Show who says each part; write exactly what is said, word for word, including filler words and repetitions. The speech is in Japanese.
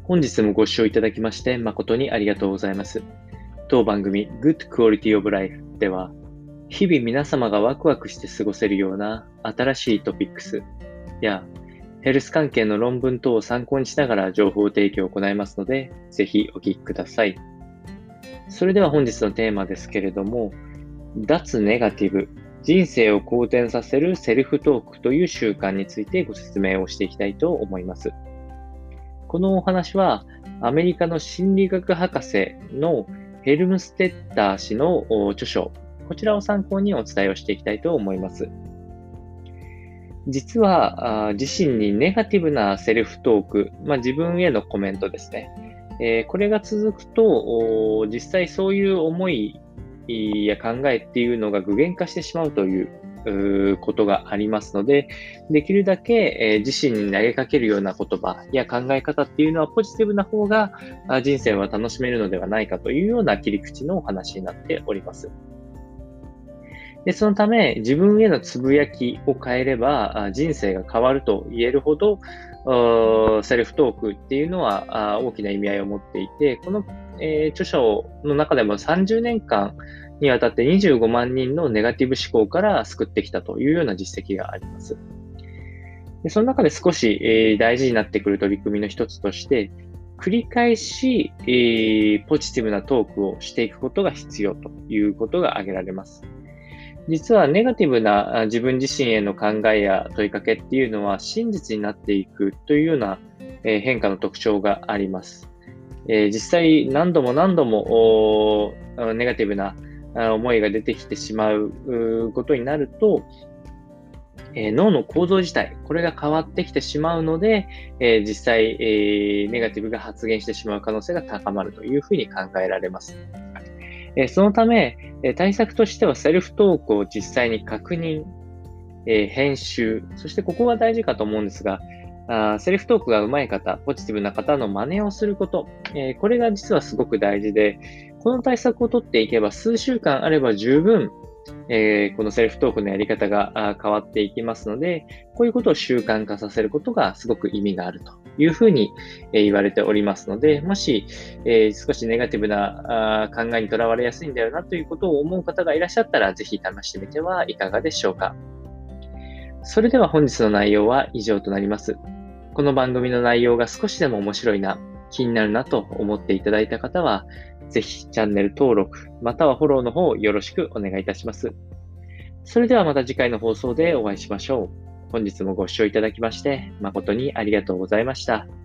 Speaker 1: 本日もご視聴いただきまして誠にありがとうございます。当番組 Good Quality of Life では、日々皆様がワクワクして過ごせるような新しいトピックスやヘルス関係の論文等を参考にしながら情報提供を行いますので、ぜひお聞きください。それでは本日のテーマですけれども、脱ネガティブ、人生を好転させるセルフトークという習慣についてご説明をしていきたいと思います。このお話は、アメリカの心理学博士のヘルムステッダー氏の著書、こちらを参考にお伝えをしていきたいと思います。実は、自身にネガティブなセルフトーク、まあ、自分へのコメントですね。えー、これが続くと、実際そういう思いや考えっていうのが具現化してしまうということがありますので、できるだけ、えー、自身に投げかけるような言葉や考え方っていうのはポジティブな方が人生は楽しめるのではないかというような切り口のお話になっております。で、そのため自分へのつぶやきを変えれば人生が変わると言えるほどセルフトークっていうのは大きな意味合いを持っていて、この、えー、著書の中でもさんじゅうねんかんにわたってにじゅうごまんにんのネガティブ思考から救ってきたというような実績があります。でその中で少し、えー、大事になってくる取り組みの一つとして、繰り返し、えー、ポジティブなトークをしていくことが必要ということが挙げられます。実はネガティブな自分自身への考えや問いかけっていうのは真実になっていくというような変化の特徴があります。実際何度も何度もネガティブな思いが出てきてしまうことになると、脳の構造自体、これが変わってきてしまうので、実際ネガティブが発現してしまう可能性が高まるというふうに考えられます。そのため、対策としてはセルフトークを実際に確認、編集、そしてここが大事かと思うんですが、セルフトークが上手い方、ポジティブな方の真似をすること、これが実はすごく大事で、この対策を取っていけば数週間あれば十分、このセルフトークのやり方が変わっていきますので、こういうことを習慣化させることがすごく意味があるというふうに言われておりますので、もし少しネガティブな考えにとらわれやすいんだよなということを思う方がいらっしゃったら、ぜひ試してみてはいかがでしょうか。それでは本日の内容は以上となります。この番組の内容が少しでも面白いな、気になるなと思っていただいた方は、ぜひチャンネル登録、またはフォローの方よろしくお願いいたします。それではまた次回の放送でお会いしましょう。本日もご視聴いただきまして誠にありがとうございました。